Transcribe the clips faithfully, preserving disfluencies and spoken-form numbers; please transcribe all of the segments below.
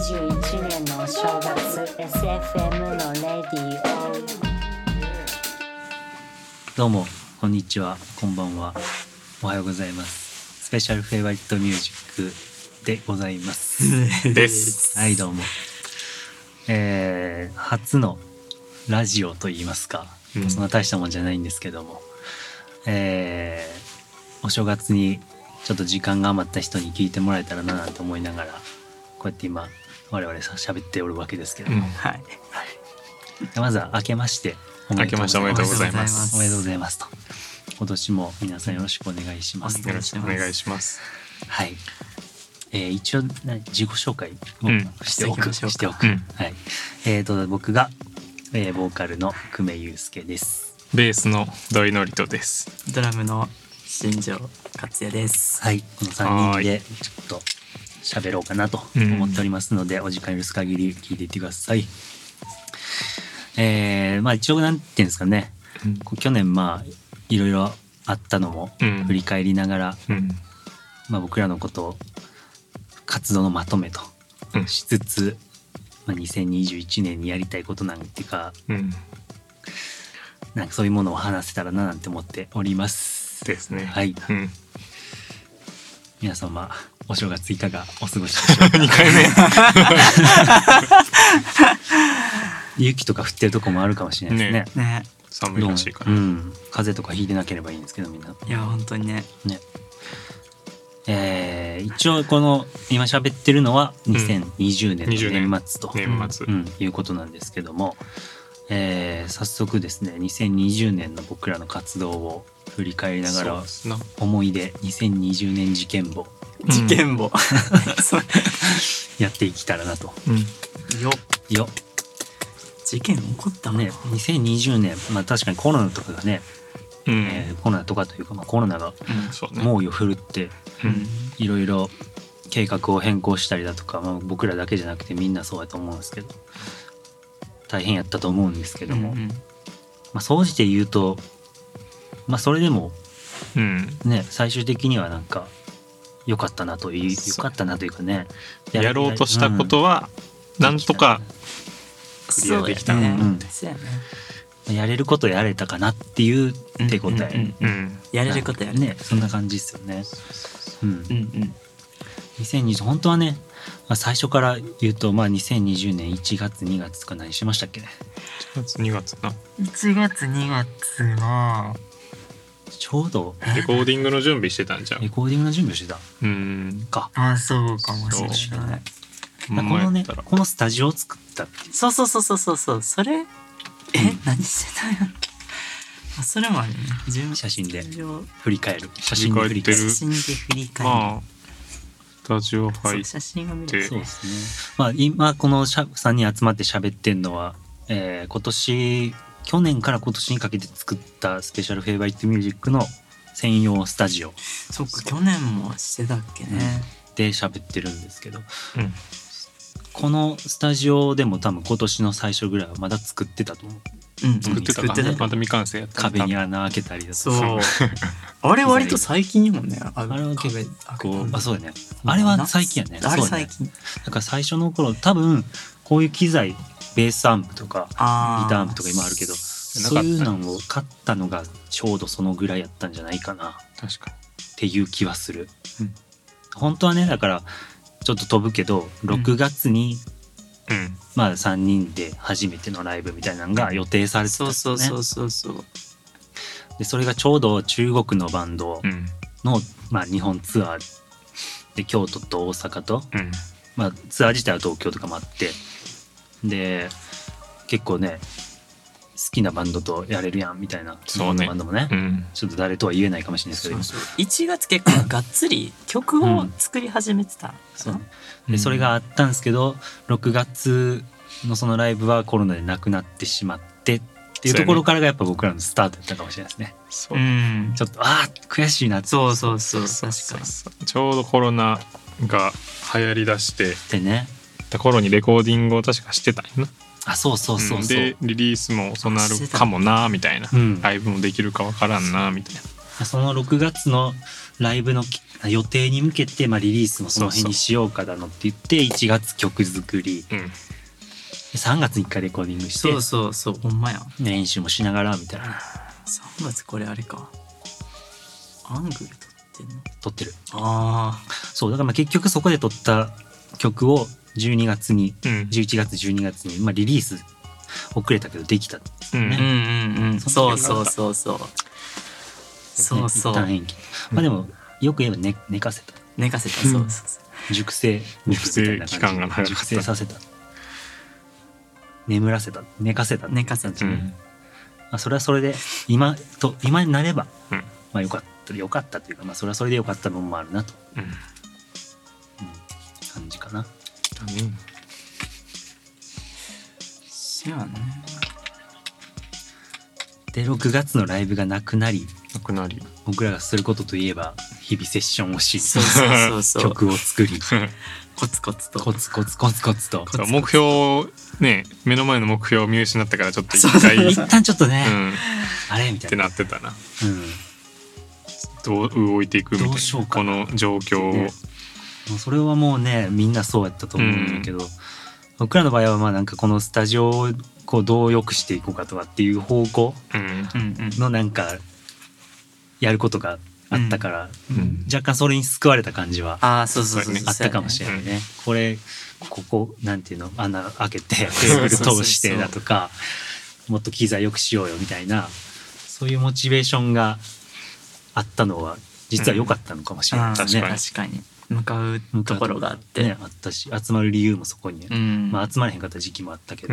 じゅういちねんのお正月 エスエフエム のレディオ。 どうもこんにちは、こんばんは、おはようございます。スペシャルフェイバリットミュージックでございますですはい、どうも、えー、初のラジオといいますか、うん、そんな大したもんじゃないんですけども、えー、お正月にちょっと時間が余った人に聞いてもらえたらななんて思いながらこうやって今我々さ喋っておるわけですけども、うん、はい、はい、まずは明けましておめでとうございます。おめでとうございます。 おめでとうございますと。今年も皆さんよろしくお願いします。 よろしくお願いします。 はい。えー、一応自己紹介をしておく、うん、しておく。うん、はい。えーと僕が、えー、ボーカルの久米祐介です。 ベースの土井典人です。 ドラムの新庄克也です。 はい。このさんにんでちょっと喋ろうかなと思っておりますので、うん、お時間許す限り聞いていってください。えー、まあ一応なんていうんですかね、うん、去年まあいろいろあったのも振り返りながら、うん、まあ、僕らのことを活動のまとめとしつつ、うん、まあ、にせんにじゅういちねんにやりたいことなんていうか、うん、なんかそういうものを話せたらななんて思っておりますですね。 はい、うん、皆様お正月いかがお過ごしでしょうか。 にかいめ雪とか降ってるとこもあるかもしれないですね。 ね、 寒いらしいから、 うん、風邪とかひいてなければいいんですけどみんな。 いや本当にね。 ね、えー、一応この今喋ってるのはにせんにじゅうねんの年末と、 うん、年末、 うん、いうことなんですけども、えー、早速ですねにせんにじゅうねんの僕らの活動を振り返りながら思い出にせんにじゅうねん事件簿事件簿やっていけたらなと、 うん、よよ事件起こったね。にせんにじゅうねん、まあ確かにコロナとかがね、うん、えー、コロナとかというか、まあ、コロナが猛威を振るって、うん、いろいろ計画を変更したりだとか、まあ、僕らだけじゃなくてみんなそうやと思うんですけど大変やったと思うんですけども、うんうん、まあ総じて言うとまあそれでも、うん、ね、最終的にはなんか良かったなという良かったなというかね、 や, やろうとしたことはなんとかクリアできたな、ね、 うん、やれることやれたかなっていう手応え、 うんうんうん、やれることやるね、そんな感じですよね。うんうんうん、にせんにじゅう本当はね、まあ、最初から言うと、まあ、にせんにじゅうねんいちがつにがつとか何しましたっけね。 いちがつにがつないちがつにがつはちょうどレコーディングの準備してたんじゃん。 レコーディングの準備をしてたうんか。あ、そうかもしれない。 このね、このスタジオを作ったっていう。 そうそうそうそうそうそう。それえ、うん、何してたんや。あ、それもあるね。 写真で振り返る。写真で振り返る。写真で振り返る。 まあ、スタジオ入って。 写真を見る。 そうですね。まあ今このさんにん集まって喋ってんのは、えー、今年去年から今年にかけて作ったスペシャルフェイバリットミュージックの専用スタジオ。 そっか、去年もしてたっけね。 うん、で喋ってるんですけど。うん、このスタジオでも多分今年の最初ぐらいはまだ作ってたと思う。 うん、作ってたかね。まだ未完成やった。 壁に穴開けたりだとか。 そう。あれ割と最近にもね。あれは結構、あ、そうだね。あれは最近やね。 あれ最近。 だから最初の頃多分こういう機材ベースアンプとかギターアンプとか今あるけど、そういうのを買ったのがちょうどそのぐらいやったんじゃないかな。 確かに。 っていう気はする。うん、本当はね、だからちょっと飛ぶけどろくがつに、うん、まあさんにんで初めてのライブみたいなのが予定されてたんですね。 そうそうそうそう。 でそれがちょうど中国のバンドの、うん、まあ、日本ツアーで京都と大阪と、うん、まあ、ツアー自体は東京とかもあってで結構ね好きなバンドとやれるやんみたいな、 そうね、 バンドもね、うん、ちょっと誰とは言えないかもしれないですけど、 そうそういちがつ結構がっつり曲を作り始めてた、うん、 そうでそれがあったんですけどろくがつのそのライブはコロナでなくなってしまってっていうところからがやっぱ僕らのスタートだったかもしれないですね。そう、うん、ちょっとあー悔しいなって。 そうそうそうそう確かにちょうどコロナが流行りだしてでねた頃にレコーディングを確かしてたんやな。 あ、そうそうそうそう、 うん、でリリースもそうなるかもなみたいな、うん、ライブもできるかわからんなみたいなそのろくがつのライブの予定に向けて、まあ、リリースもその辺にしようかだのって言っていちがつ曲作り、うん、さんがつにいっかいレコーディングしてそうそうそうほんまや練習もしながらみたいな。 さんがつこれあれかアングル撮ってんの？ 撮ってる。 ああそうだからまあ結局そこで撮った曲をじゅうにがつに、うん、じゅういちがつじゅうにがつに、まあ、リリース遅れたけどできたんですよね、 うんうんうん、そうそうそうそうそうそう、 一旦延期、まあでもよく言えば 寝, 寝かせた寝かせた、そうそうそう、 熟成熟成期間が長かった、 熟成させた、眠らせた、寝かせた、 寝かせた、うん、 まあ、それはそれで今と今になれば、うん、まあよかったよかったというか、まあそれはそれでよかった部分もあるなと、うんうん、感じかな。 だね。 そうやね。 でろくがつのライブがなくなりなくなり僕らがすることといえば日々セッションをしそうそうそうそう曲を作りコツコツとコツコツコツコツと目標ね目の前の目標を見失ったからちょっと一回一旦ちょっとね、うん、あれみたいなってなってたな、 うん、 どう動いていくみたいな、どうしようかなこの状況を、ね、 それはもうねみんなそうやったと思うんだけど、うん、僕らの場合はまあなんかこのスタジオをこうどう良くしていこうかとかっていう方向のなんかやることがあったから、うんうん、若干それに救われた感じはあったかもしれないね。これここなんていうの穴開けてテーブル通してだとかもっと機材良くしようよみたいなそういうモチベーションがあったのは実は良かったのかもしれないですね、 うん、確かに向かうところがあって、 ね、あったし集まる理由もそこに、うん、まあ、集まれへんかった時期もあったけど、うん、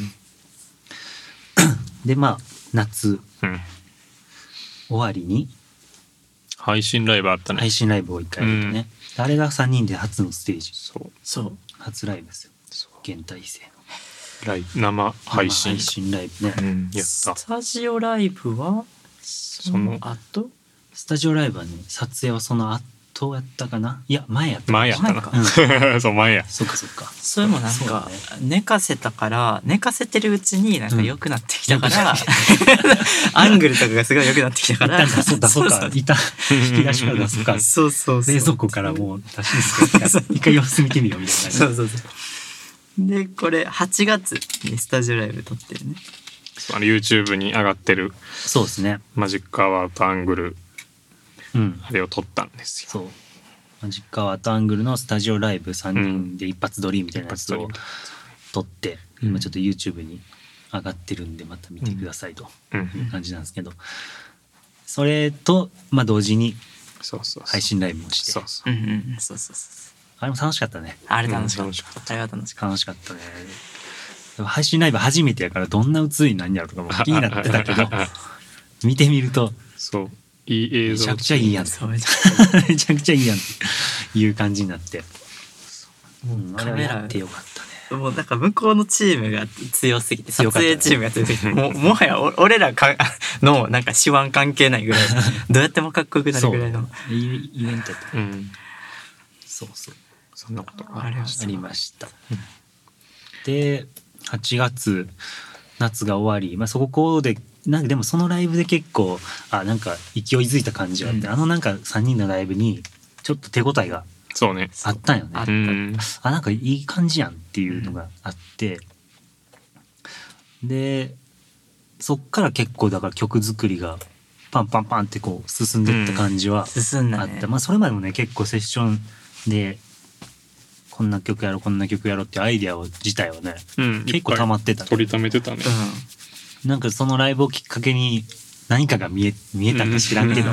でまあ夏、うん、終わりに配信ライブあったね。 配信ライブを一回やってね、うん、あれがさんにんで初のステージ、 そうそう初ライブですよ。現体制のライブ生配信配信ライブね、 うん、やった。 スタジオライブはその後スタジオライブはね撮影はその後やったかな。いや前やった前やったな、うん、そう前やそっかそっか。 それもなんか寝かせたから寝かせてるうちになんか良くなってきたから、うん、アングルとかがすごい良くなってきたから出そう出そうか一旦引き出しから出そうかそうそうそう冷蔵庫からもう出しです一回様子見てみようみたいなそうそうそうでこれはちがつにスタジオライブ撮ってるね。 あの YouTube に上がってるそうですねマジックアワーとアングル、うん、あれを撮ったんですよ。 そうマジックアワーとアングルのスタジオライブさんにんで一発撮りみたいなやつを撮って、うん、今ちょっと YouTube に上がってるんでまた見てくださいという感じなんですけど、それとまあ同時に配信ライブもしてあれも楽しかったね。 あれ楽しかった、うん、あれは楽しかった楽しかったね。配信ライブ初めてやからどんな映りなんやろとかも気になってたけど見てみるとそういい映像めちゃくちゃいいやんめちゃくちゃいいやんっていう感じになって、うん、あれはやってよかったね。 もうなんか向こうのチームが強すぎて撮影チームが強すぎても, もはや俺らかのなんか手腕関係ないぐらいどうやってもかっこよくなるぐらいのイベントやった、うん、そうそうそんなことがありました、うん、ではちがつ夏が終わり、まあ、そこでなんかでもそのライブで結構あなんか勢いづいた感じがあって、うん、あのなんかさんにんのライブにちょっと手応えがあったんよね。あ, あなんかいい感じやんっていうのがあって、うん、でそっから結構だから曲作りがパンパンパンってこう進んでいった感じはあって、うん、 進んだね。 まあ、それまでもね結構セッションでこんな曲やろうこんな曲やろうっていうアイデアを自体はね、うん、結構溜まってた、ね、 取りためてたね、 うん、なんかそのライブをきっかけに何かが見え、見えたか知らんけど、うん、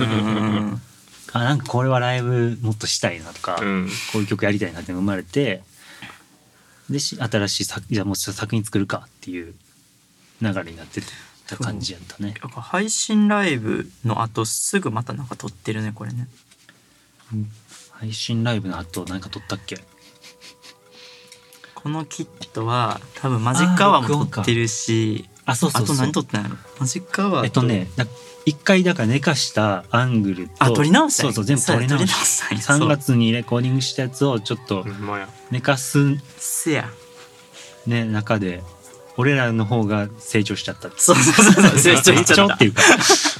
あなんかこれはライブもっとしたいなとか、うん、こういう曲やりたいなって生まれてで新しい作じゃあもう作品作るかっていう流れになってた感じやったね。 配信ライブの後すぐまたなんか撮ってるねこれね、 うん、配信ライブの後何か撮ったっけ。 このキットは多分マジックアワーも撮ってるし あ, あ, そうそうそうあと何撮ってないのマジックアワーとえっとね一回だから寝かしたアングルとあ撮り直したそうそう全部撮り直したさんがつにレコーディングしたやつをちょっと寝かすせやね中で俺らの方が成長しちゃったそうそうそう成長成長っていうか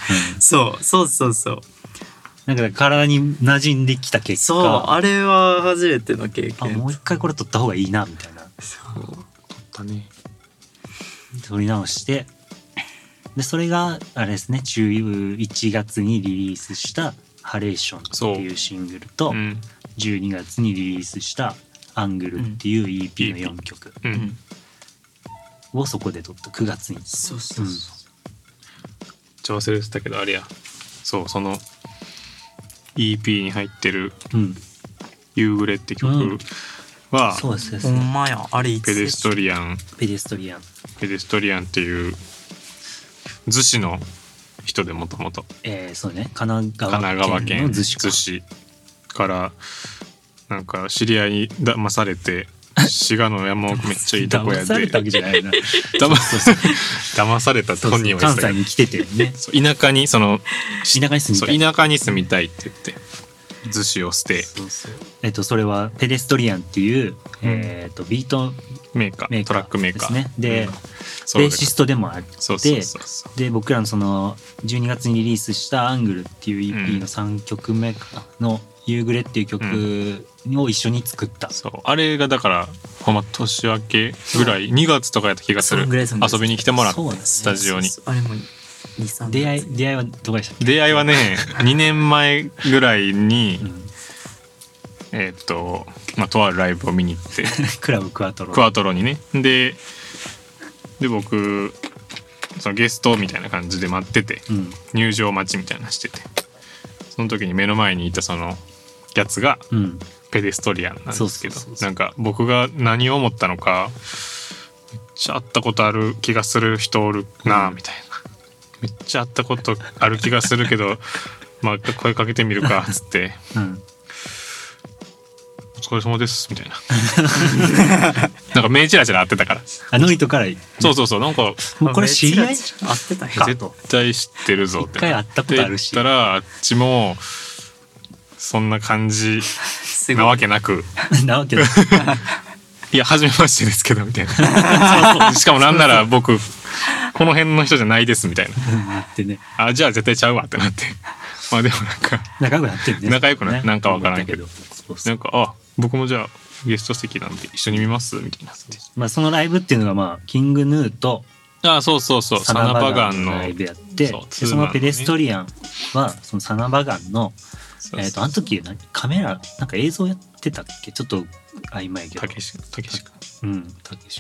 うん、 そうそうそうそうなんか体に馴染んできた結果、 そうあれは初めての経験。 あもう一回これ撮った方がいいなみたいな、 そう撮ったね。 撮り直して、でそれがあれですね、じゅういちがつにリリースした「ハレーション」っていうシングルと、 うん、 じゅうにがつにリリースした「アングル」っていう イーピー のよんきょくうんをそこで撮ったくがつに。 そうそうそう、 うん、 めっちゃ忘れてたけどあれや、そうその イーピー に入ってるうん 「夕暮れ」って曲は、 そうですね、 ほんまやあれいつペデストリアンペデストリアン、 ペデストリアンっていう逗子の人でもともとえー、そうね、神奈神川奈川県県の逗子か逗子からなんか知り合いに騙されて滋賀の山奥めっちゃいいとこやで騙されたわけじゃないな騙騙されたって本人は言ってたけど、 関西に来ててね、 そう田舎にその田舎に住みたい、 そう田舎に住みたいって言って逗子を捨てそうそう、えっとそれはペデストリアンっていう、えっとビートメーカーメーカートラックメーカーですね。で、 うんベーシストでもあって、 そうそうそうそうで僕らのそのじゅうにがつにリリースした「アングル」っていう イーピー のさんきょくめかなの「夕暮れ」っていう曲を一緒に作った、 そうあれがだからほんま年明けぐらいにがつとかやった気がする。 そんぐらいそんぐらい遊びに来てもらってそうなんですスタジオに。 あれもにさん出会い出会いはどこでしたっけ？ 出会いはねにねんまえぐらいに、 うんえーっとまあとあるライブを見に行ってクラブクワトロクワトロにね、でで僕そのゲストみたいな感じで待ってて、 うん入場待ちみたいなのしてて、その時に目の前にいたそのやつがうんペデストリアンなんですけど、 そうそうそうそうなんか僕が何を思ったのか、めっちゃ会ったことある気がする人おるなみたいな、めっちゃ会ったことある気がするけどまあ声かけてみるかっつってうんお疲れ様ですみたいななんか目チラチラ合ってたから、 あノリとからそうそうそう、なんかもうこれ知り合い合ってたんや絶対知ってるぞって一回会ったことあるしって言ったらあっちもそんな感じすごいなわけなくなわけだいや初めましてですけどみたいなしかもなんなら僕この辺の人じゃないですみたいなってね、 あじゃあ絶対ちゃうわってなってまあでもなんか仲良くなってるね。 仲良くなねなんかわからんけどそうそうなんかあ僕もじゃあゲスト席なんで一緒に見ますみたいになってまあそのライブっていうのがまあキングヌーとあそうそうそうサナバガンのライブやって、 そうでツーマンのねそのペデストリアンはそのサナバガンのそうそうえっとあの時何カメラなんか映像やってたっけ、ちょっと曖昧やけど。 たけしたけし君うん、たけし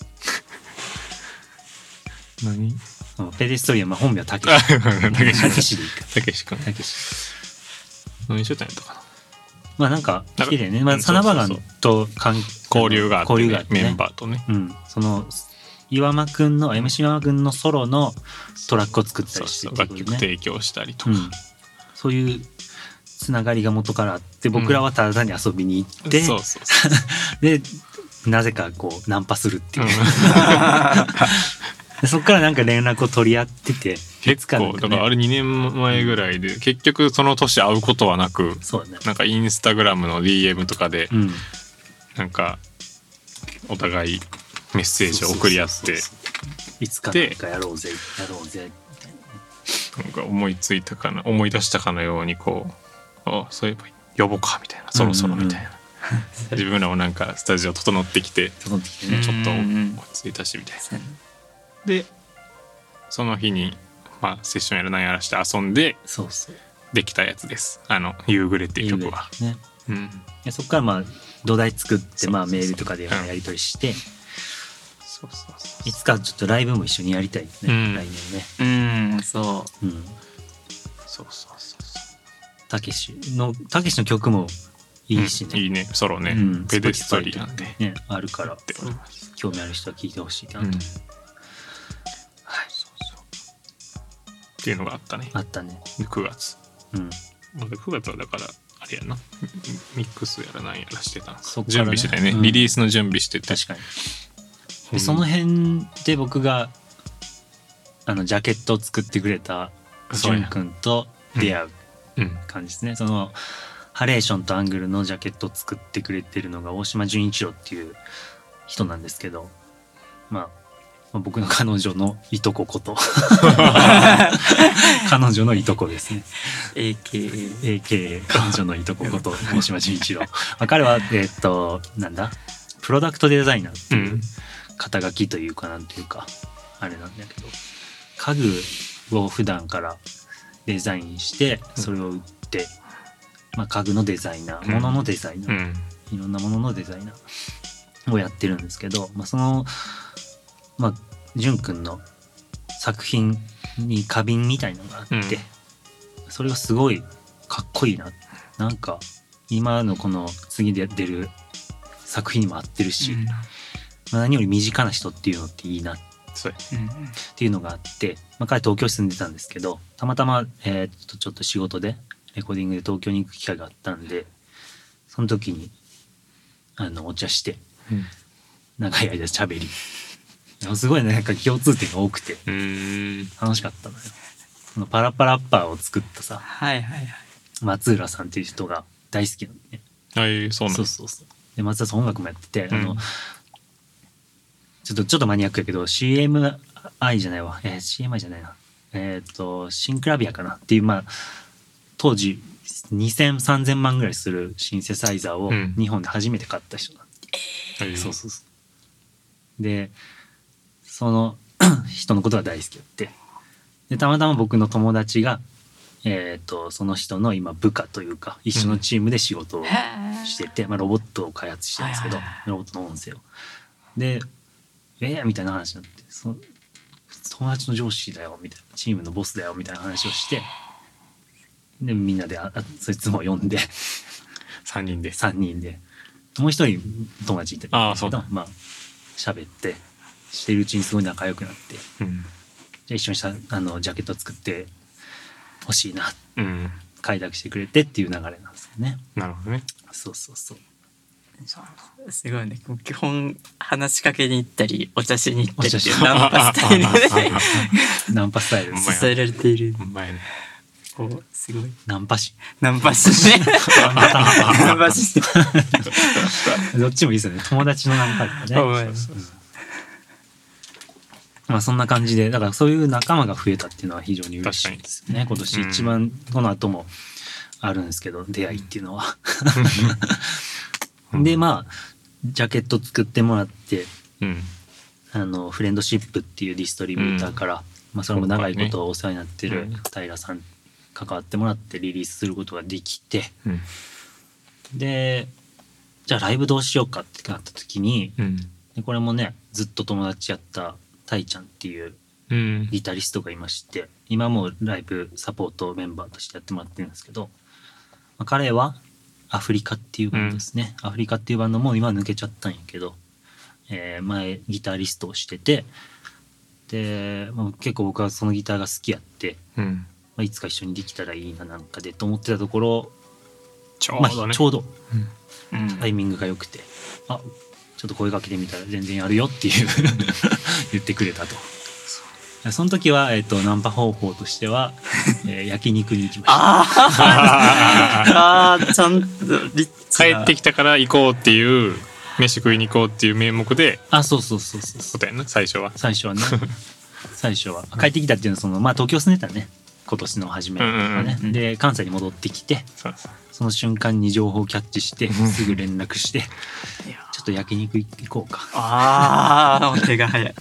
何君。ペデストリアン、まあ本名はたけあし。 たけしたけしでいいか。 たけし君たけし。 何してたんやったかなまあなんか来てたよね。まあうんサナバガンと関交流があって,、ね、 交流があってねメンバーとねうん、その岩間くんの エムシー 岩間くんのソロのトラックを作ったそうりしてそう楽っていうね。 曲提供したりとか、 うん、そういうつながりが元からあって僕らはただ単に遊びに行って、 そうそうそうでなぜかこうナンパするっていう、 うんでそっからなんか連絡を取り合ってて結構だからあれにねんまえぐらいで結局その年会うことはなくそうだね、 なんかインスタグラムの ディーエム とかでうん、 なんかお互いメッセージを送り合っていつかなんかやろうぜやろうぜみたいな。 なんか思いついたかな思い出したかのようにこうあそういえば呼ぼうかみたいなそろそろみたいな、自分らもなんかスタジオ整ってきて整ってきてね、 ちょっとうん思いついたしみたいなでその日に、まあ、セッションやら何やらして遊んでそうそうできたやつですあの「夕暮れ」っていう曲は、 ね、 うん、 でそっからまあ土台作ってそうまあメールとかでやり取りして、 そうそうそういつかちょっとライブも一緒にやりたいね、 うん来年ね。 うんそうんそうそうそうそたけしのたけしの曲もういいしね、 うんいいねソロね、 うんペデストリアンでやねあるからっております、 興味ある人は聞いてほしいなと、 うん、 はい、 っていうのがあったねあったね。 でくがつうんまだくがつはだからあれやなミミックスやら何やらしてたんそっからね準備してたよね、 うんリリースの準備してて確かに。でその辺で僕があのジャケットを作ってくれたそうやじゅんくんと出会ううん感じですね。そのハレーションとアングルのジャケットを作ってくれてるのが大島純一郎っていう人なんですけど、まあまあ、僕の彼女のいとここと彼女のいとこですね。 エーケーエーエーケーエー 彼女のいとここと大島純一郎、まあ、彼はえーっとなんだプロダクトデザイナーっていう肩書きというかなんていうかあれなんだけど、家具を普段からデザインしてそれを売って、まあ、家具のデザイナー、物のデザイナー、いろんなもののデザイナーをやってるんですけど、まあ、そのまあ純くんの作品に花瓶みたいなのがあって、うん、それがすごいかっこいいな、なんか今のこの次で出る作品にも合ってるし、うんまあ、何より身近な人っていうのっていいなっていうのがあって、まあ、彼東京住んでたんですけど、たまたま、えー、とちょっと仕事でレコーディングで東京に行く機会があったんで、その時にあのお茶して、うん、長い間喋りすごいね、なんか共通点が多くて楽しかったのよ。このパラパラッパーを作ったさ、 はいはいはい、 松浦さんっていう人が大好きなのね。 はい、そうなんそうそうそう。で松浦さん音楽もやってて、うん、あのちょっとちょっとマニアックやけど シーエムアイ じゃないわ、えー、シーエムアイ じゃないな、えっ、ー、とシンクラビアかなっていう、まあ当時にせん、さんぜんまんぐらいするシンセサイザーを日本で初めて買った人なんで、うん、そうそうそう。でその人のことが大好きやって、でたまたま僕の友達が、えー、とその人の今部下というか一緒のチームで仕事をしてて、うんまあ、ロボットを開発してるんですけど、ロボットの音声をでえー、みたいな話になって、その友達の上司だよみたいな、チームのボスだよみたいな話をして、でみんなであそいつも呼んでさんにんでさんにんでもう一人友達いてあそうだ、 まあ喋ってしてるうちにすごい仲良くなって、うん、じゃあ一緒にしたあのジャケット作ってほしいな、うん、快諾してくれてっていう流れなんですよね。 なるほどね。 そうそうそう。 すごいね。基本話しかけに行ったりお茶しに行ったりっていうナンパスタイルでナンパスタイル支えられている。 うまいね。 おすごい。 ナンパ師。 ナンパ師ね。ナンパ師。 どっちもいいですよね。友達のナンパとかね。そうそうそう。まあそんな感じで、だからそういう仲間が増えたっていうのは非常に嬉しいですよね。今年一番この後もあるんですけど、出会いっていうのは。でまあジャケット作ってもらって、うん、あのフレンドシップっていうディストリビューターから、うんまあ、それも長いことお世話になってる平さん関わってもらってリリースすることができて、うん、でじゃあライブどうしようかってなった時に、うん、でこれもねずっと友達やったたいちゃんっていうギタリストがいまして、今もライブサポートメンバーとしてやってもらってるんですけど、まあ、彼はアフリカっていうバンドですね、うん、アフリカっていうバンドも今抜けちゃったんやけど、えー、前ギタリストをしてて、で、まあ、結構僕はそのギターが好きやって、うんまあ、いつか一緒にできたらいいななんかでと思ってたところちょうど、ねまあ、ちょうど、うん、タイミングが良くて、あちょっと声かけてみたら全然やるよっていう言ってくれたと。その時は、えー、とナンパ方法としては、えー、焼肉に行きました。 ああちゃんとリッチ帰ってきたから行こうっていう飯食いに行こうっていう名目で、 あそうそうそうそうそうだよね最初は最初はね最初は帰ってきたっていうのはその、まあ、東京住んでたね今年の初めとかね、うんうんうん、で関西に戻ってきて そ, その瞬間に情報をキャッチしてすぐ連絡してちょっと焼肉行こうかあー手が早い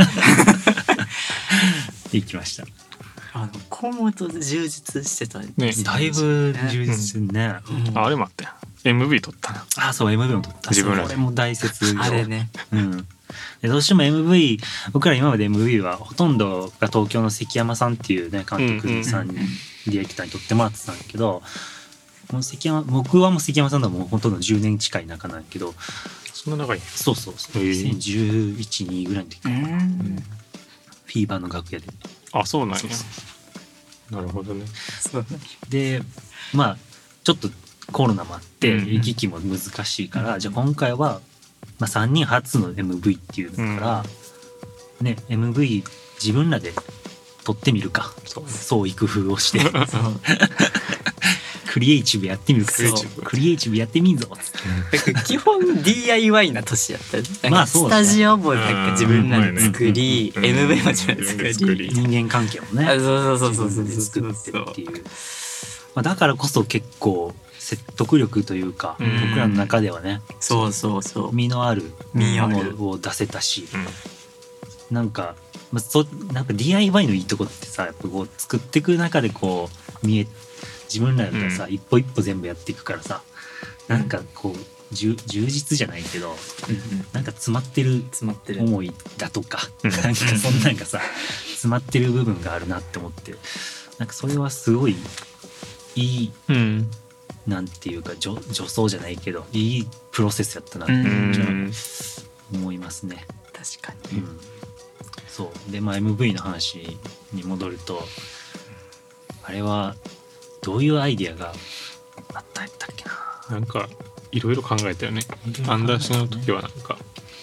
行きました。 あの河本充実してたね。 だいぶ充実してね、 うん、あ, あれもあったよ エムブイ 撮ったなあそう エムブイ も撮った自分らこれも大切あれね、 うん、でどうしても エムブイ 僕ら今まで エムブイ はほとんどが東京の関山さんっていうね監督さんに、うんうん、ディレクターに撮ってもらってたんだけど、もう関山僕はもう関山さんとはもうほとんどじゅうねん近い仲なんだけど、 そんな長いそうそうそうにせんじゅういち、にぐらいの時、うん、フィーバーの楽屋であそうなんやなるほどね。 でまあちょっとコロナもあって行き来も難しいから、うん、じゃあ今回は、まあ、さんにん初の エムブイ っていうのから、うん、ね エムブイ 自分らで撮ってみるかそう創意工夫をして工クリエイティブやってみるかクリエイティブクリエイティブやってみんぞ基本 ディーアイワイ な年やったよね。 まあそうだねスタジオもなんか自分らで作り、 うんエムブイ も自分でうん作り、 人間関係もねあそうそうそうそう自そう分で作ってそうっていう、まあ、だからこそ結構説得力というか、 うん僕らの中ではねそうそうそう身のあるも身あるのを出せたし、 うんなんか、まあ、そなんか ディーアイワイ のいいとこってさやっぱこう作っていく中でこう見え自分らがさ、 うん一歩一歩全部やっていくからさなんかこう充充実じゃないけどなんか詰まってる詰まってる。 思いだとか、 うんなんかそんなんがさ詰まってる部分があるなって思ってなんかそれはすごいいいうんなんていうか助助走じゃないけどいいプロセスやったなってうん思いますね。 確かに。 うん、そうでまあ エムブイ の話に戻るとあれはどういうアイディアがあったんやったっけな。 なんかいろいろ考えたよね。アンダーシの時はなんか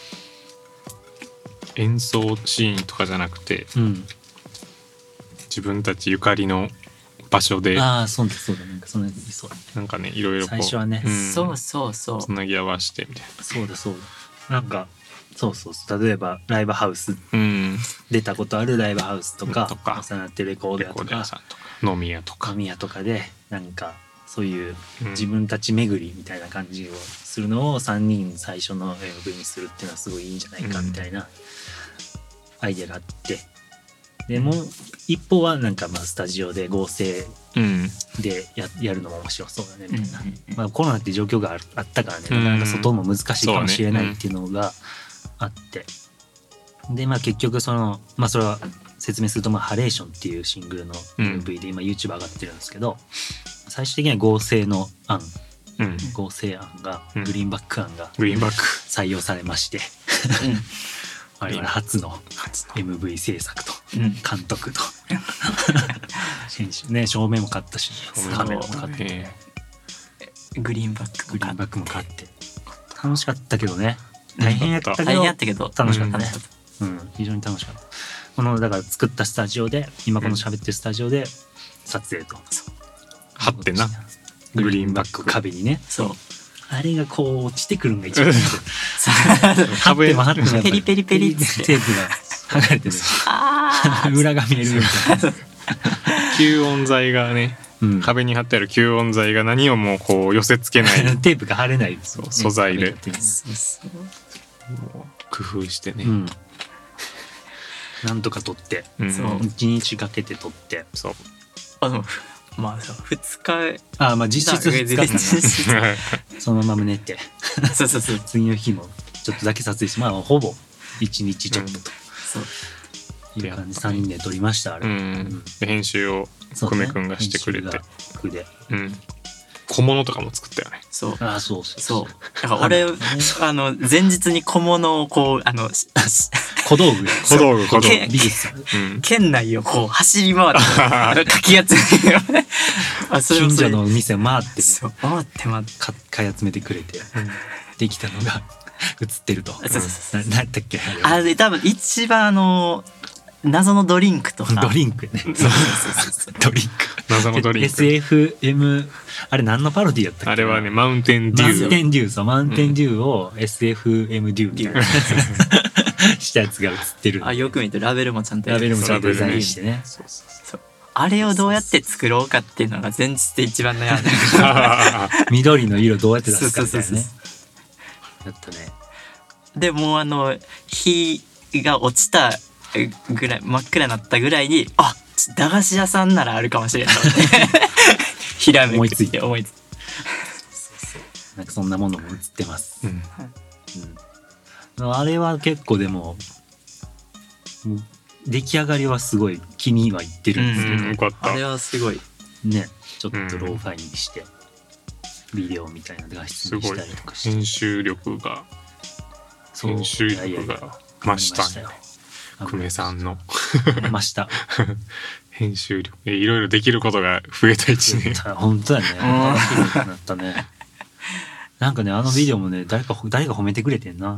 演奏シーンとかじゃなくてうん、 自分たちゆかりの場所でああそうだそうだなんかそんなそうだなんかねいろいろこう最初はねんそうそうそう。 つなぎ合わせてみたいそうだそうだなんかそうそうそう例えばライブハウスな。うん出たことあるライブハウスとかとか重なってるレコードレコー屋とかド屋さんとか飲み屋とか。 飲み屋とかでなんかそういううん自分たち巡りみたいな感じをするのをさんにん最初の エムブイ にするっていうのはすごいいいんじゃないかみたいなアイデアがあってでもう一方はなんかまあスタジオで合成うんで や, やるのも面白そうだねみたいな、 うんうんうんまあ、コロナって状況があるあったからねうんなかなか外も難しいかもしれないっていうのがあって、でまあ結局そのまあそれは説明するとまあハレーションっていうシングルの エムブイ で今 YouTube 上がってるんですけど、最終的には合成の案うん合成案がうんグリーンバック案がグリーンバック採用されまして、我々初の エムブイ 制作とうん監督と編集ね照明も買ったしカメラも買ってえグリーンバックグリーンバックも買って楽しかったけどね大変やったけど大変やったけど楽しかったね楽しかっうん非常に楽しかったこのだから作ったスタジオで今この喋ってるスタジオで撮影と、 貼ってんなグリーンバック壁にねた。そう。 あれがこう落ちてくるんが一番貼っ壁ても貼ってもやっぱりペリペリペリってテープが剥がれてねあ裏が見えるみたいな吸音材がねうん壁に貼ってある吸音材が何をもこう寄せ付けないテープが貼れないそう素材で壁にそうそう。 工夫してね、 うんなんとか撮ってうんそう一日かけて撮ってそうあでもまあそうふつかああまあ実質ふつかかな実質そのまま寝てそうそうそう次の日もちょっとだけ撮影してまあほぼ一日ちょっとそう。 という感じさんにんで撮りましたあれ、 うんで編集をそうね久米くんがしてくれて、 編集が僕でうん小物とかも作ったよねそう。 ああそうそうそう。だから俺あの前日に小物をこうあのしし小道具小道具小道具け美術うん県内をこう走り回ってあのかき集めてあそれも近それ所の店回ってねそう回って回ってか買い集めてくれてできたのが映ってるとそうそうそうななんやったっけあれあれ多分一番あの謎のドリンクとかドリンクねそうそうそうそうドリンク謎のドリンエスクエフエム あれ何のパロディやったっけあれはねマウンテンデマウューンテンデューそうマウンテンデューを エスエフエム デューみたいなしたやつが映ってるあよく見るとラベルもちゃんとやラるベルもちゃんとデザイラベルねンしてねそうそうそうあれをどうやって作ろうかっていうのが前日で一番悩んでる緑の色どうやって出すかみたいなねそうそうだったねでもうあの日が落ちたぐらい真っ暗になったぐらいにあ駄菓子屋さんならあるかもしれないひらめく思いついて思いついてなんかそんなものも映ってます、 うんうん、あれは結構でももう出来上がりはすごい気にはいってるんですけど、 うんよかったあれはすごいねちょっとローファイにして、ビデオみたいな画質にしたりとかして編集力がそう編集いやいやいや力が増したんよよ久米さんの増した編集力えいろいろできることが増えた一年本当だね新しいことになったねなんかねあのビデオもね誰か誰か褒めてくれてんな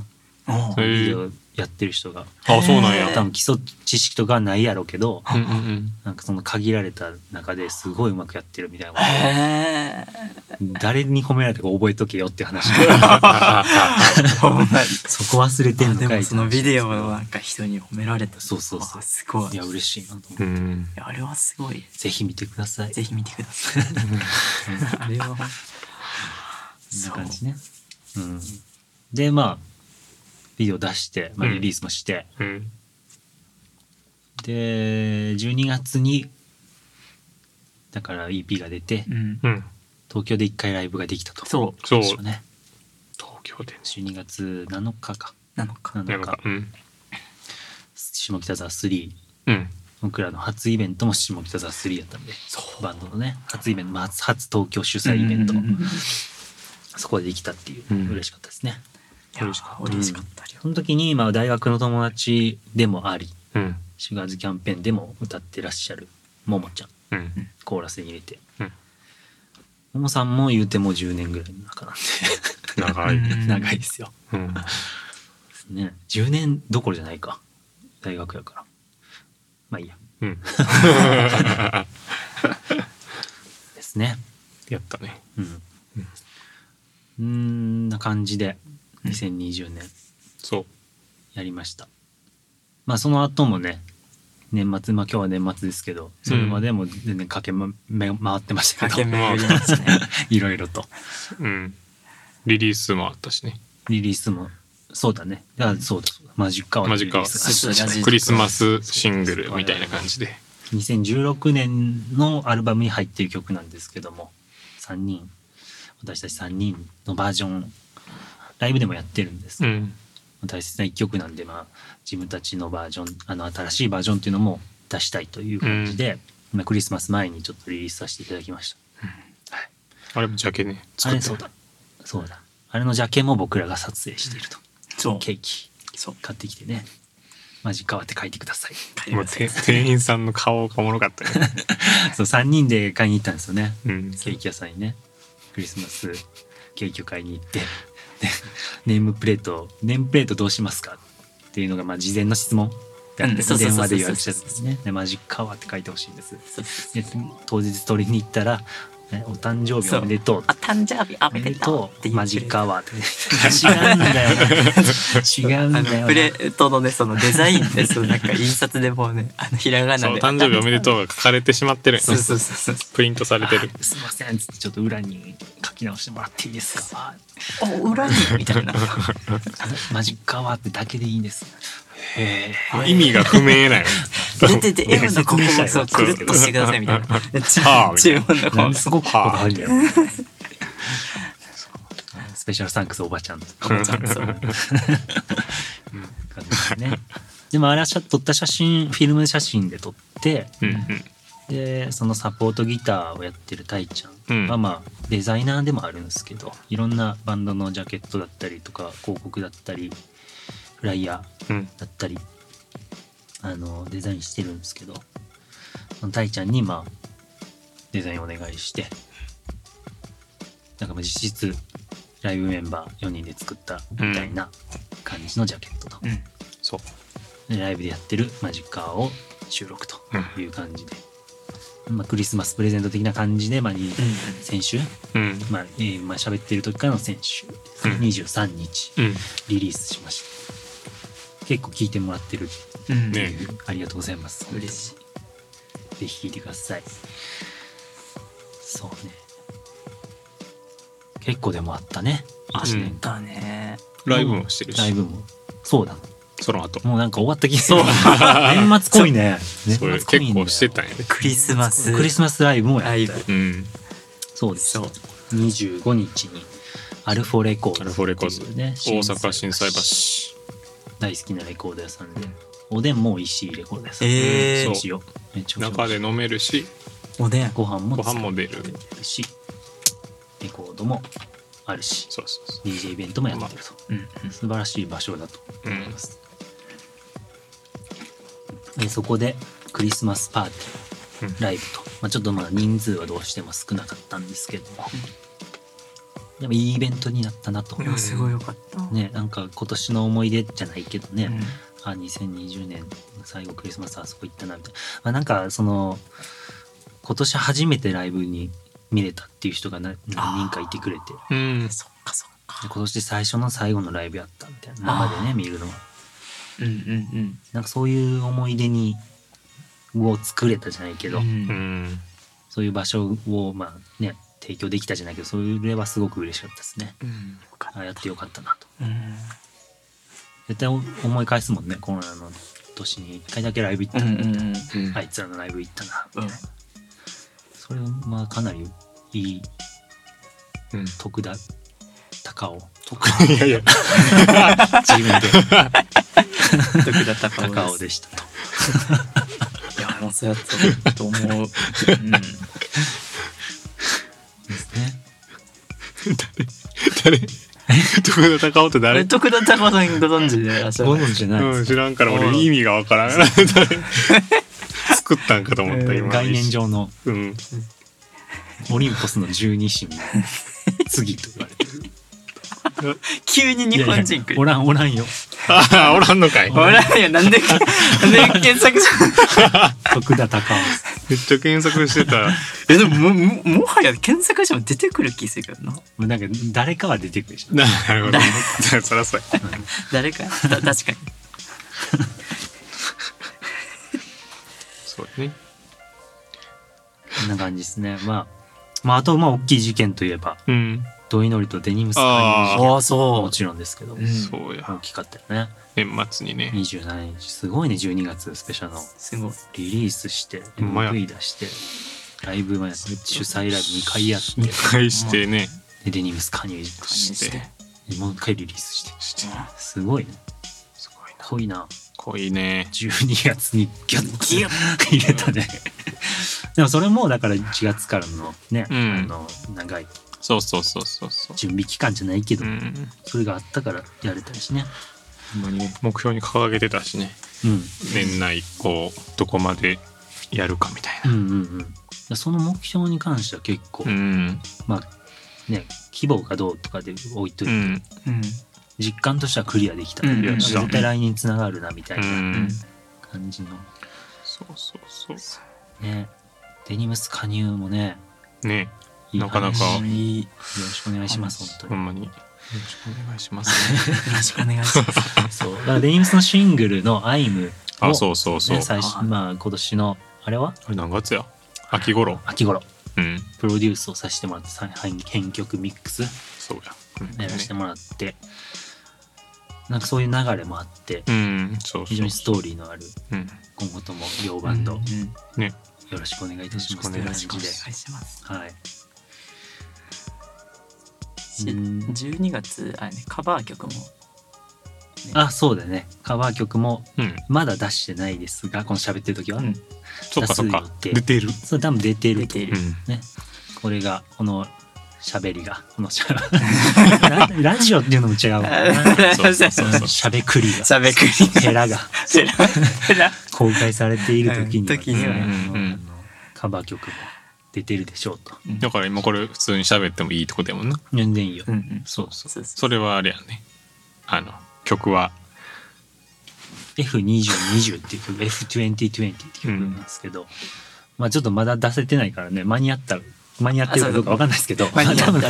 ビデオやってる人が。 あ、そうなんや。 多分基礎知識とかないやろうけど、 うんうんうん、 なんかその限られた中ですごいうまくやってるみたいな。 へ誰に褒められたか覚えとけよっていう話。そこ忘れてんのかい。 でもそのビデオのなんか人に褒められた。 そうそうそう。 すごい。 いや嬉しいなと思って。 うん、 いやあれはすごい。 ぜひ見てください。 ぜひ見てください。あれは。 そんな感じね。うん。でまあビデオ出して、まあ、リリースもして、 うん、 でじゅうにがつにだから イーピー が出て、 うん、 東京でいっかいライブができたと。 そうそうね。 東京でじゅうにがつなのかかなのかなのか、 うん、 下北沢スリー、うん、 僕らの初イベントも下北沢スリーやったんで、バンドのね初イベント、初, 初東京主催イベント、うんうんうん、そこでできたっていう、うん、嬉しかったですね。 嬉しかった嬉しかったよ、 うん、その時に、まあ、大学の友達でもあり、 うん、 シュガーズキャンペーンでも歌ってらっしゃるももちゃん、 うん、 コーラスに入れて、 うん、 ももさんも言うてもじゅうねんぐらいの中なんで長い長いですよ、 うんね、じゅうねんどころじゃないか大学やからまあいいや、 うん、 ですね。 やったね。 うん、うん、んな感じでにせんにじゅうねんそうやりました。まあその後もね年末、まあ今日は年末ですけどそれまでも全然駆け、ま、回ってましたけど、 駆け巡りましたねいろいろと、 うん、リリースもあったしね。 リリースもそうだね。あ、そうだそうだ。マジックアワーのリリースがマジッククリスマスシングルみたいな感じでにせんじゅうろくねんのアルバムに入っている曲なんですけども、さんにん私たちさんにんのバージョンライブでもやってるんです、うん、大切ないっきょくなんで、まあ自分たちのバージョン、あの新しいバージョンっていうのも出したいという感じで、うん、クリスマス前にちょっとリリースさせていただきました、うん、はい、 あれもジャケね作って、あれそうだそうだあれのジャケも僕らが撮影していると、 そうケーキそう買ってきてね、マジかわって書いてください。 もう店員さんの顔がおもろかったねそうさんにんで買いに行ったんですよね、 うん、 ケーキ屋さんにねクリスマスケーキを買いに行ってネームプレートネームプレートどうしますかっていうのがまあ事前の質問で、うん、電話で言われちゃったんですね。でマジかわって書いてほしいんです。で当日取りに行ったらお誕生日おめでとう。 お誕生日おめでとうってマジかわって違うんだよ違うんだよ。 プレートのねそのデザインでそうなんか印刷でもうねあのひらがなで誕生日おめでとうが書かれてしまってる。 そうそうそうプリントされてる。 すいませんちょっと裏に書き直してもらっていいですか。 お裏にみたいなマジかわってだけでいいんです。 へえ意味が不明なよ出てて M のここもそうくるっとしてくださいみたいな注文の方すごくこだわりだよスペシャルサンクスおばちゃんおばちゃんそう感じね。でもあれは撮った写真フィルム写真で撮って、うんうん、でそのサポートギターをやってるたいちゃんは、まあデザイナーでもあるんですけどいろんなバンドのジャケットだったりとか広告だったりフライヤーだったり、うん、あのデザインしてるんですけどそのたいちゃんにまあデザインお願いしてなんか実質ライブメンバーよにんで作ったみたいな感じのジャケットと、うん、そうでライブでやってるマジッカーを収録という感じで、うんまあ、クリスマスプレゼント的な感じで、まあ、先週、うんまあえーまあ、喋ってる時からの先週、うん、にじゅうさんにちリリースしました。結構聞いてもらってる、うんね、ありがとうございます。 嬉しい。 ぜひ聞いてください。そうね結構でもあったねいちねんかん、 うん、ねライブもしてるしライブもそうだその後もうなんか終わった気がする年末濃いね年末濃いんだよ結構してたんやねクリスマスクリスマスライブもやった、 うん、 そうですにじゅうごにちにアルフォレコード、 アルフォレコード、ね、大阪心斎橋大好きなレコード屋さんで、うん、おでんも美味しいレコード屋さん、 えー、 そうめっちゃ中で飲めるしおでんご飯もご飯も出るしレコードもあるしそうそうそうディージェー イベントもやってると、まあうん、素晴らしい場所だと思います、うん、でそこでクリスマスパーティー、うん、ライブと、まあ、ちょっとまあ人数はどうしても少なかったんですけども、 でもいいイベントになったなと。 いやすごいよかった。 ね、なんか今年の思い出じゃないけどね、 うん、 あにせんにじゅうねん最後クリスマスあそこ行ったなみたいな、まあ、なんかその今年初めてライブに見れたっていう人が何人かいてくれて、 うん、 そっかそっか。 今年最初の最後のライブやったみたいな生でね見るのは、 うんうんうん、 なんかそういう思い出にを作れたじゃないけど、 うんうんそういう場所をまあね提供できたじゃないけど、それはすごく嬉しかったですね。 うん、 ああやってよかったなと。 うん、 絶対思い返すもんね、コロナの年にいっかいだけライブ行ったなみたいな、 うんうんうん、 あいつらのライブ行ったなみたいな、 うん、 それはまあかなりいい、 うん、 徳田高尾いやいや自分で徳田高尾高尾でしたといやもうそうやったと思う、うん、 ですね。 誰誰徳田高尾って誰？ 徳田高尾さんご存知でいらっしゃる？ ご存知ないです、 うん、知らんから俺意味がわからん作ったんかと思った、今概念上の、 うん、 オリンポスの十二神の次と言われてる急に日本人来る。 おらんおらんよ。 ああおらんのかい。 おらんよ。なんでなんで検索徳田高尾めっちゃ検索してた。 えでも も, も, もはや検索しても出てくる気するけどな。 もうなんか誰かは出てくるでしょ。 なるほどね。そらそうや。 誰かた確かにそうね。 こんな感じですね。まあまああとまあ大きい事件といえば、 うん、 土井のりとデニムスカニーああそうもちろんですけど、 うん、 そうや大きかったよね。 年末にねにじゅうしちにちすごいね。じゅうにがつスペシャルのすごいリリースしてほんまやエムブイ 出してライブもやって主催ライブにかいやってにかいしてね、 でデニムスカニーしてもう一回リリースしてしてすごいね。 すごいな。 濃いな。 濃いね。 じゅうにがつにギュッと入れたねでもそれもだからいちがつからのね、 うんあの長いそうそうそうそうそう準備期間じゃないけど、 うん、 それがあったからやれたしね。 ほんまにね目標に掲げてたしね、 うん、 年内こうどこまでやるかみたいな、 うんうんうん、その目標に関しては結構、 うん、 まあね規模がどうとかで置いといて、 うん、 実感としてはクリアできた、 うん、 なんか絶対来年つながるなみたいな感じの、うん、 そうそうそうね。デニムス加入もねねいいなかなかいいよろしくお願いします本当にほんまによろしくお願いします、 ね、よろしくお願いしますそうだからデニムスのシングルのアイムを、 あそうそうそう、 ね、最初まあ今年のあれはあれ何月や秋頃秋頃、 うん、 プロデュースをさせてもらって編曲ミックスそうや、 うん、やらせてもらって、ね、なんかそういう流れもあって、 うん、そうそう非常にストーリーのある、 うん、 今後とも両バンド、うんうんねよろしくお願いいたします。 よろしくお願いします。 はい。 じゅうにがつあれねカバー曲も、ね、 あそうだよね。カバー曲もまだ出してないですが、 うん、 この喋ってる時は、うん、 そうかそうか出てる。 そう多分出てる出てる、 ね。これがこの喋りがこのしゃラジオっていうのも違うわそうそうそうそうしゃべくりがしゃべくりヘラが公開されている時には、ね、 時には、 うんうん、カバー曲も出てるでしょうと。 だから今これ普通に喋ってもいいってことやもんな。 全然いいよ、 うんうん、 そうそうそれはあれやね、あの曲はエフにじゅうにじゅう っていう曲 エフにせんにじゅう っていう曲なんですけど、うん、まあちょっとまだ出せてないからね間に合ったら間に合ってるかどうかわかんないですけど、 間に合ったら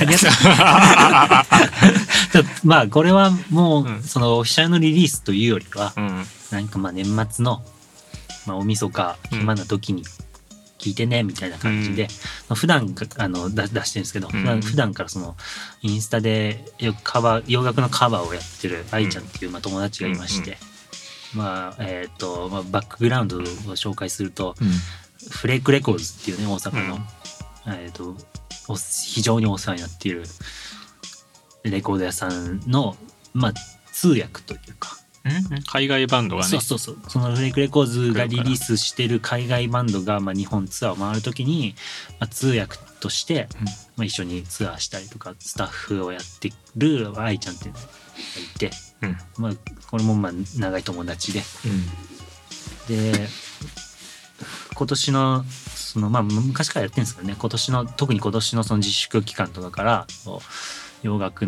まあこれはもうそのオフィシャルのリリースというよりは、うん、なんかまあ年末のまあ大晦日暇な時に聞いてねみたいな感じで、うん、まあ、普段あの出してるんですけど、うん、普段からそのインスタでよくカバー洋楽のカバーをやってる愛ちゃんっていうまあ友達がいまして、うん、まあえっとまあバックグラウンドを紹介すると、うん、フレークレコーズっていうね大阪の、うん、えー、と非常にお世話になっているレコード屋さんの、まあ、通訳というか、 うん、海外バンドがね、 そうそうそうそのフレークレコーズがリリースしてる海外バンドが、まあ、日本ツアーを回るときに、まあ、通訳として、うん、まあ、一緒にツアーしたりとかスタッフをやってる愛ちゃんっていうのがいて、うん、まあ、これもまあ長い友達で、うん、で今年のそのまあ昔からやってるんですけどね、今年の特に今年のその自粛期間とかから洋楽